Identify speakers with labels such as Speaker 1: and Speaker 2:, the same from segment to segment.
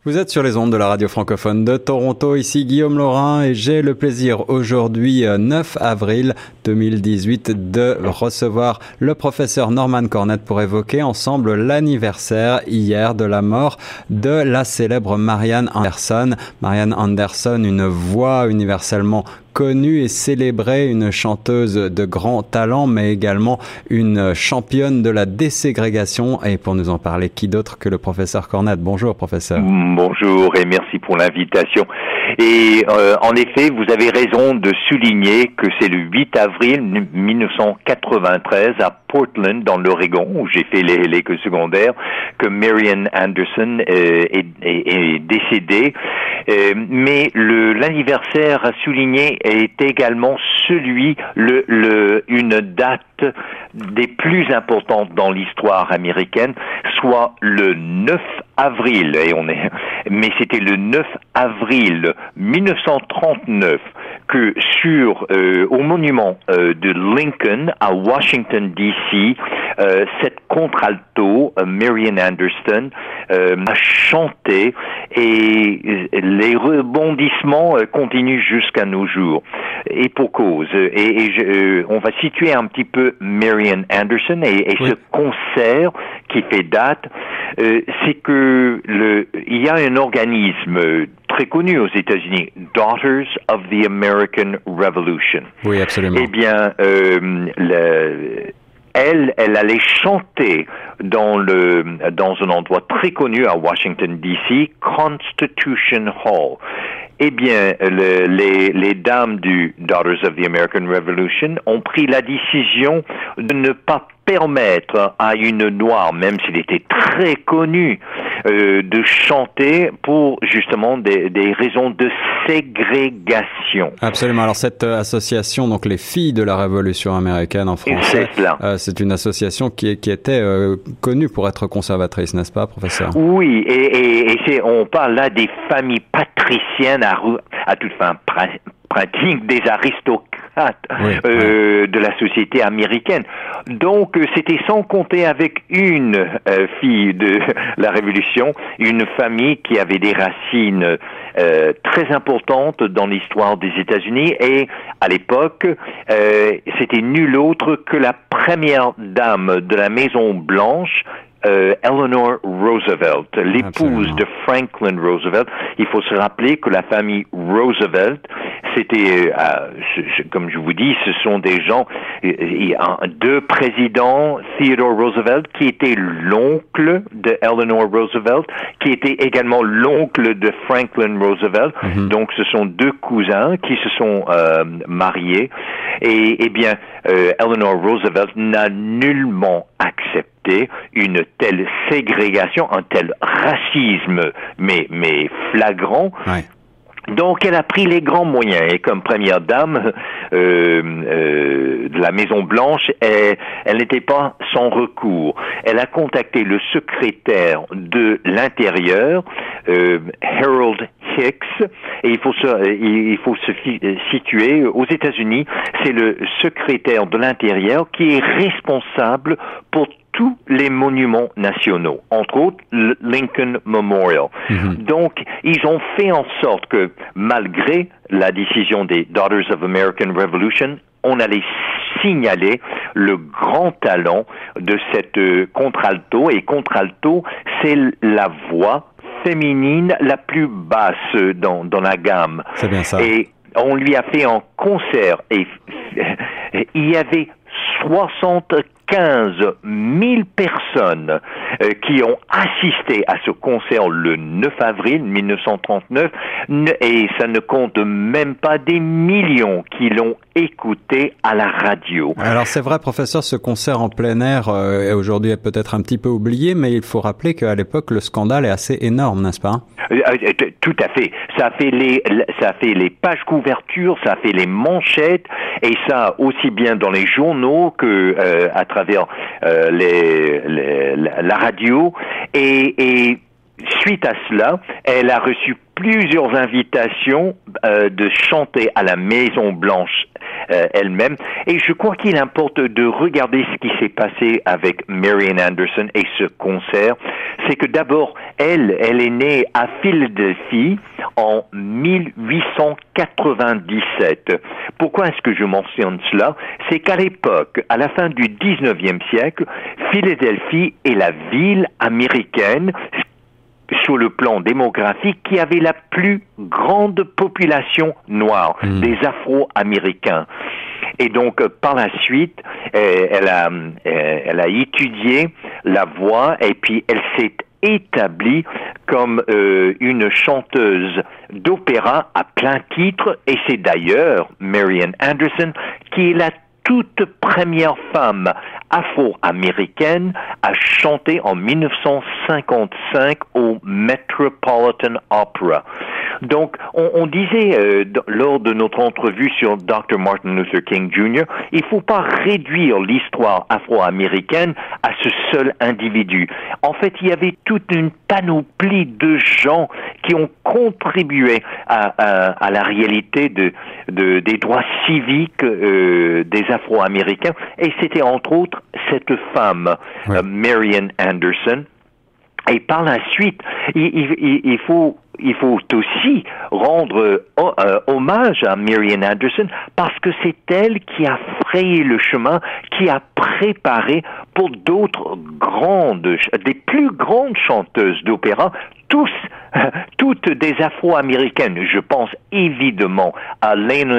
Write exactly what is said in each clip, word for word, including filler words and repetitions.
Speaker 1: Vous êtes sur les ondes de la radio francophone de Toronto, ici Guillaume Laurin et j'ai le plaisir aujourd'hui, neuf avril deux mille dix-huit, de recevoir le professeur Norman Cornett pour évoquer ensemble l'anniversaire hier de la mort de la célèbre Marian Anderson. Marian Anderson, une voix universellement connue et célébrée, une chanteuse de grand talent, mais également une championne de la déségrégation. Et pour nous en parler, qui d'autre que le professeur Cornett? Bonjour, professeur.
Speaker 2: Bonjour et merci pour l'invitation. Et euh, en effet, vous avez raison de souligner que c'est le huit avril dix-neuf cent quatre-vingt-treize à Portland, dans l'Oregon, où j'ai fait les, l'école secondaire, que Marian Anderson euh, est, est, est décédée. Euh, mais le, l'anniversaire à souligner est également celui, le, le, une date des plus importantes dans l'histoire américaine, soit le neuf avril, et on est, mais c'était le neuf avril dix-neuf cent trente-neuf que sur euh, au monument euh, de Lincoln à Washington D C, euh, cette contralto euh, Marian Anderson euh, a chanté et les rebondissements euh, continuent jusqu'à nos jours. Et pour cause. Et, et je, euh, on va situer un petit peu Marian Anderson et, et oui. Ce concert qui fait date, euh, c'est que le il y a un organisme très connu aux États-Unis, Daughters of the American Revolution.
Speaker 1: Oui, absolument.
Speaker 2: Eh bien, euh, le, elle, elle allait chanter dans le dans un endroit très connu à Washington D C, Constitution Hall. Eh bien, le, les, les dames du Daughters of the American Revolution ont pris la décision de ne pas permettre à une noire, même s'il était très connu, euh, de chanter pour justement des, des raisons de ségrégation.
Speaker 1: Absolument. Alors cette euh, association, donc les Filles de la Révolution américaine en français, c'est, euh, c'est une association qui, qui était euh, connue pour être conservatrice, n'est-ce pas, professeur?
Speaker 2: Oui, et, et, et c'est, on parle là des familles patriciennes à, à toute fin pra- pratique, des aristocrates oui, euh, oui. de la société américaine. Donc, c'était sans compter avec une euh, fille de la Révolution, une famille qui avait des racines euh, très importantes dans l'histoire des États-Unis et à l'époque, euh, c'était nul autre que la première dame de la Maison Blanche, Euh, Eleanor Roosevelt, l'épouse Absolument. de Franklin Roosevelt. Il faut se rappeler que la famille Roosevelt, c'était, euh, je, je, comme je vous dis, ce sont des gens, il y a deux présidents, Theodore Roosevelt, qui était l'oncle de Eleanor Roosevelt, qui était également l'oncle de Franklin Roosevelt. Mm-hmm. Donc, ce sont deux cousins qui se sont euh, mariés. Et, eh bien, euh, Eleanor Roosevelt n'a nullement accepté une telle ségrégation, un tel racisme, mais, mais flagrant.
Speaker 1: Ouais.
Speaker 2: Donc, elle a pris les grands moyens et comme première dame euh, euh, de la Maison Blanche, elle, elle n'était pas sans recours. Elle a contacté le secrétaire de l'Intérieur, euh, Harold Hicks, et il faut se, il faut se situer aux États-Unis. C'est le secrétaire de l'Intérieur qui est responsable pour tous les monuments nationaux, entre autres le Lincoln Memorial. Mm-hmm. Donc, ils ont fait en sorte que, malgré la décision des Daughters of American Revolution, on allait signaler le grand talent de cette euh, contralto. Et contralto, c'est la voix féminine la plus basse dans, dans la gamme.
Speaker 1: C'est bien ça.
Speaker 2: Et on lui a fait un concert et il y avait soixante-quinze mille personnes euh, qui ont assisté à ce concert le neuf avril dix-neuf cent trente-neuf et ça ne compte même pas des millions qui l'ont écouté à la radio.
Speaker 1: Alors c'est vrai, professeur, ce concert en plein air euh, aujourd'hui est peut-être un petit peu oublié, mais il faut rappeler qu'à l'époque le scandale est assez énorme, n'est-ce pas?
Speaker 2: Euh, tout à fait. Ça a fait les, ça a fait les pages couvertures, ça a fait les manchettes, et ça aussi bien dans les journaux que euh, à travers euh, les, les, la radio. Et, et suite à cela, elle a reçu plusieurs invitations euh, de chanter à la Maison Blanche euh, elle-même. Et je crois qu'il importe de regarder ce qui s'est passé avec Marian Anderson et ce concert. C'est que d'abord, elle, elle est née à Philadelphie en mille huit cent quatre-vingt-dix-sept. Pourquoi est-ce que je mentionne cela? C'est qu'à l'époque, à la fin du dix-neuvième siècle, Philadelphie est la ville américaine sur le plan démographique qui avait la plus grande population noire, mmh. des Afro-Américains. Et donc, par la suite, euh, elle a, euh, elle a étudié la voix et puis elle s'est établie comme euh, une chanteuse d'opéra à plein titre. Et c'est d'ailleurs Marian Anderson qui est la toute première femme afro-américaine à chanter en mille neuf cent cinquante-cinq au Metropolitan Opera. Donc, on, on disait euh, d- lors de notre entrevue sur docteur Martin Luther King junior, il faut pas réduire l'histoire afro-américaine à ce seul individu. En fait, il y avait toute une panoplie de gens qui ont contribué à, à, à la réalité de, de, des droits civiques euh, des Afro-Américains, et c'était entre autres cette femme, oui. euh, Marian Anderson. Et par la suite, il, il, il faut il faut aussi rendre euh, hommage à Marian Anderson parce que c'est elle qui a frayé le chemin, qui a préparé pour d'autres grandes, des plus grandes chanteuses d'opéra, tous, toutes des Afro-Américaines. Je pense évidemment à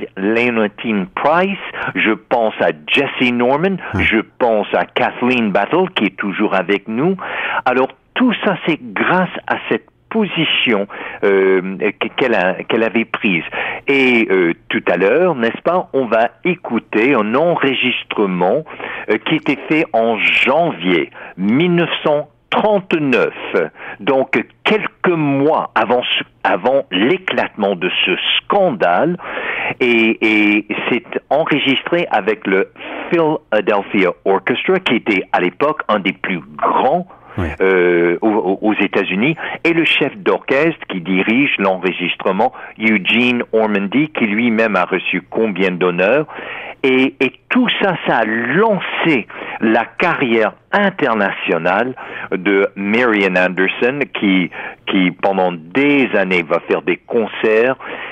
Speaker 2: Leontyne Price, je pense à Jessie Norman, je pense à Kathleen Battle qui est toujours avec nous. Alors tout ça, c'est grâce à cette position euh, qu'elle, a, qu'elle avait prise. Et euh, tout à l'heure, n'est-ce pas, on va écouter un enregistrement euh, qui était fait en janvier mille neuf cent trente-neuf, donc quelques mois avant, avant l'éclatement de ce scandale, et, et c'est enregistré avec le Philadelphia Orchestra, qui était à l'époque un des plus grands Oui. Euh, aux, aux États-Unis, et le chef d'orchestre qui dirige l'enregistrement, Eugene Ormandy, qui lui-même a reçu combien d'honneurs, et, et tout ça, ça a lancé la carrière internationale de Marian Anderson, qui, qui pendant des années va faire des concerts.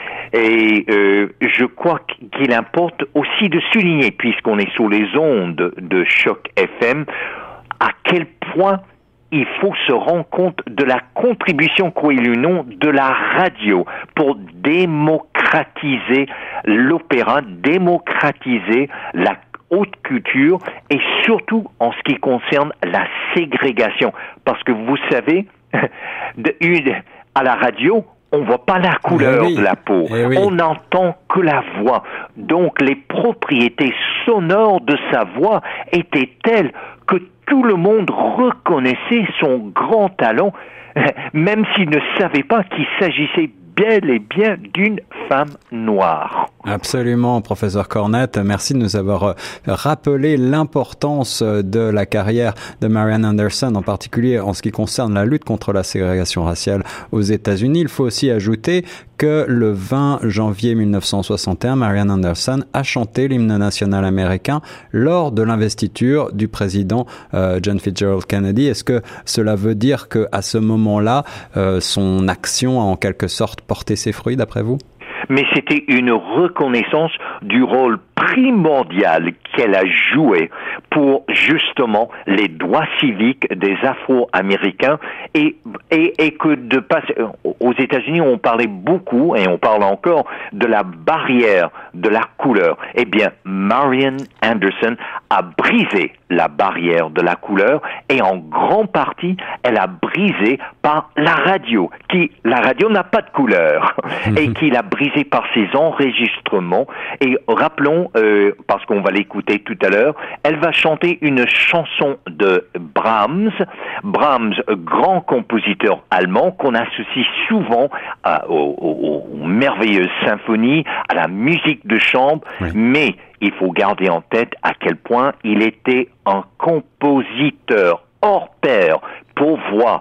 Speaker 2: Et euh, je crois qu'il importe aussi de souligner, puisqu'on est sur les ondes de Choc F M, à quel point il faut se rendre compte de la contribution, croyez-le ou non, de la radio pour démocratiser l'opéra, démocratiser la haute culture et surtout en ce qui concerne la ségrégation. Parce que vous savez, de, une, à la radio, on voit pas la couleur oui. de la peau. Oui. On n'entend que la voix. Donc, les propriétés sonores de sa voix étaient telles que tout le monde reconnaissait son grand talent, même s'il ne savait pas qu'il s'agissait bel et bien d'une femme noire.
Speaker 1: Absolument, professeur Cornette. Merci de nous avoir rappelé l'importance de la carrière de Marian Anderson, en particulier en ce qui concerne la lutte contre la ségrégation raciale aux États-Unis. Il faut aussi ajouter que le vingt janvier mille neuf cent soixante et un, Marian Anderson a chanté l'hymne national américain lors de l'investiture du président euh, John Fitzgerald Kennedy. Est-ce que cela veut dire que à ce moment-là, euh, son action a en quelque sorte porté ses fruits, d'après vous?
Speaker 2: Mais c'était une reconnaissance du rôle primordial qu'elle a joué pour justement les droits civiques des Afro-Américains et, et, et que de passer aux États-Unis, on parlait beaucoup et on parle encore de la barrière de la couleur. Eh bien, Marian Anderson a brisé la barrière de la couleur et en grande partie, elle a brisé par la radio, qui, la radio n'a pas de couleur et qu'il a brisé par ses enregistrements. Et rappelons, euh, parce qu'on va l'écouter tout à l'heure, elle va chanter une chanson de Brahms, Brahms, grand compositeur allemand qu'on associe souvent à, aux, aux, aux merveilleuses symphonies, à la musique de chambre, oui. Mais il faut garder en tête à quel point il était un compositeur hors pair pour voix,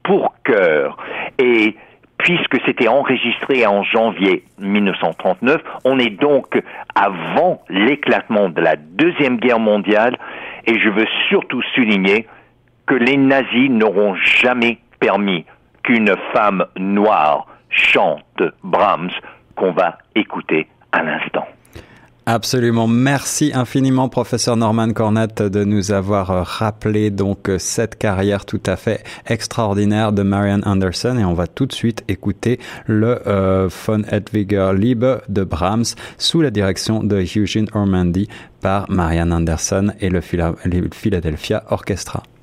Speaker 2: pour chœur. Et puisque c'était enregistré en janvier mille neuf cent trente-neuf, on est donc avant l'éclatement de la Deuxième Guerre mondiale, et je veux surtout souligner que les nazis n'auront jamais permis qu'une femme noire chante Brahms, qu'on va écouter à l'instant.
Speaker 1: Absolument. Merci infiniment, professeur Norman Cornett, de nous avoir rappelé donc cette carrière tout à fait extraordinaire de Marian Anderson. Et on va tout de suite écouter le euh, Von Hedwiger Liebe de Brahms sous la direction de Eugene Ormandy par Marian Anderson et le Philadelphia Orchestra.